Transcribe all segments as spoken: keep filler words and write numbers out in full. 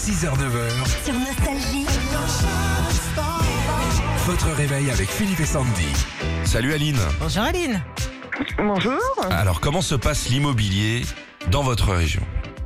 six heures neuf heures. Sur Nostalgie. Votre réveil avec Philippe et Sandy. Salut Aline. Bonjour Aline. Bonjour. Alors comment se passe l'immobilier dans votre région?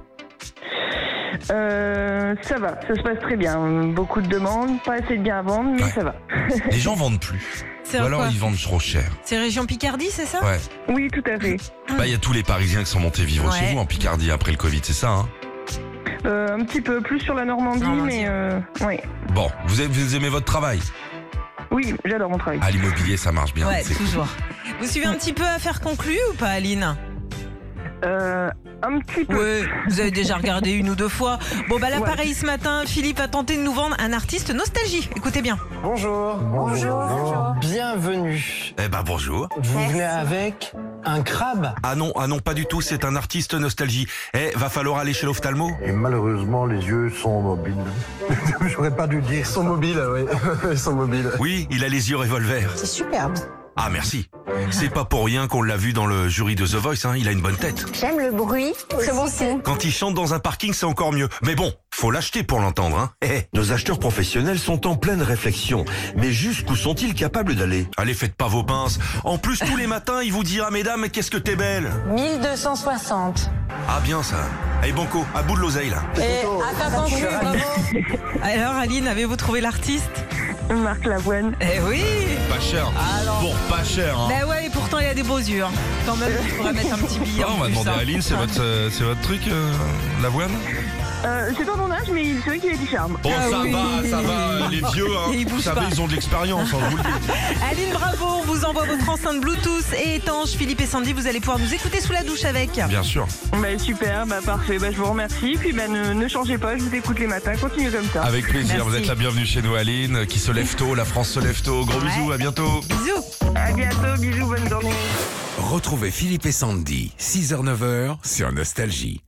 Euh, ça va, ça se passe très bien. Beaucoup de demandes, pas assez de biens à vendre, mais Ouais. ça va. Les gens vendent plus. C'est Ou en alors quoi ils vendent trop cher. C'est région Picardie, c'est ça? Ouais. Oui, tout à fait. Bah il y a tous les Parisiens qui sont montés vivre Ouais. chez vous en Picardie après le Covid, c'est ça hein? Euh, un petit peu plus sur la Normandie, Normandie. mais euh, oui. Bon, vous, avez- vous aimez votre travail? Oui, j'adore mon travail. À l'immobilier ça marche bien. Ouais, c'est cool. toujours. Vous suivez un petit peu Affaires conclues ou pas, Aline? Euh, un petit peu. Oui, vous avez déjà regardé une ou deux fois. Bon, bah là, Ouais. pareil, ce matin, Philippe a tenté de nous vendre un artiste nostalgie. Écoutez bien. Bonjour. Bonjour. Bienvenue. Eh ben bonjour. Vous venez avec un crabe. Ah non, ah non, pas du tout, c'est un artiste nostalgie. Eh, va falloir aller chez l'ophtalmo. Et malheureusement, les yeux sont mobiles. J'aurais pas dû dire. Ils sont mobiles, oui. Ils sont mobiles. Oui, il a les yeux revolver. C'est superbe. Ah merci. C'est pas pour rien qu'on l'a vu dans le jury de The Voice, hein. Il a une bonne tête. J'aime le bruit. Très bon signe. Quand il chante dans un parking, c'est encore mieux. Mais bon, faut l'acheter pour l'entendre, hein. Eh, Nos acheteurs professionnels sont en pleine réflexion. Mais jusqu'où sont-ils capables d'aller? allez, faites pas vos pinces. En plus, tous les matins, il vous dira, mesdames, qu'est-ce que t'es belle. mille deux cent soixante. Ah bien ça. Allez, banco, à bout de l'oseille, là. Et affaires conclues, bravo. Alors, Aline, avez-vous trouvé l'artiste? Marc Lavoine. Eh oui. Pas cher. Bon, pas cher, hein. Bah ouais, et pourtant, il a des beaux yeux. hein. Quand même, il faudrait mettre un petit billet. Ah, en on va plus, demander hein. à Aline, c'est votre, euh, c'est votre truc, euh, l'avoine? Euh, c'est pas mon âge, mais c'est vrai qu'il a du charme. Bon, Ah ça oui. va, ça va, les vieux, hein. Et ils bougent Vous savez, pas. ils ont de l'expérience, hein, je vous le dis. Aline, bravo, on vous envoie votre enceinte Bluetooth et étanche. Philippe et Sandy, vous allez pouvoir nous écouter sous la douche avec. Bien sûr. Bah, super, bah, parfait. Bah, je vous remercie. Puis bah, ne, ne changez pas, je vous écoute les matins. Continuez comme ça. Avec plaisir, Merci. vous êtes la bienvenue chez nous, Aline, qui se lève tôt, la France se lève tôt. Gros Ouais. bisous, à bientôt. Bisous. À bientôt, bisous, bonne journée. Retrouvez Philippe et Sandy, six heures neuf heures sur Nostalgie.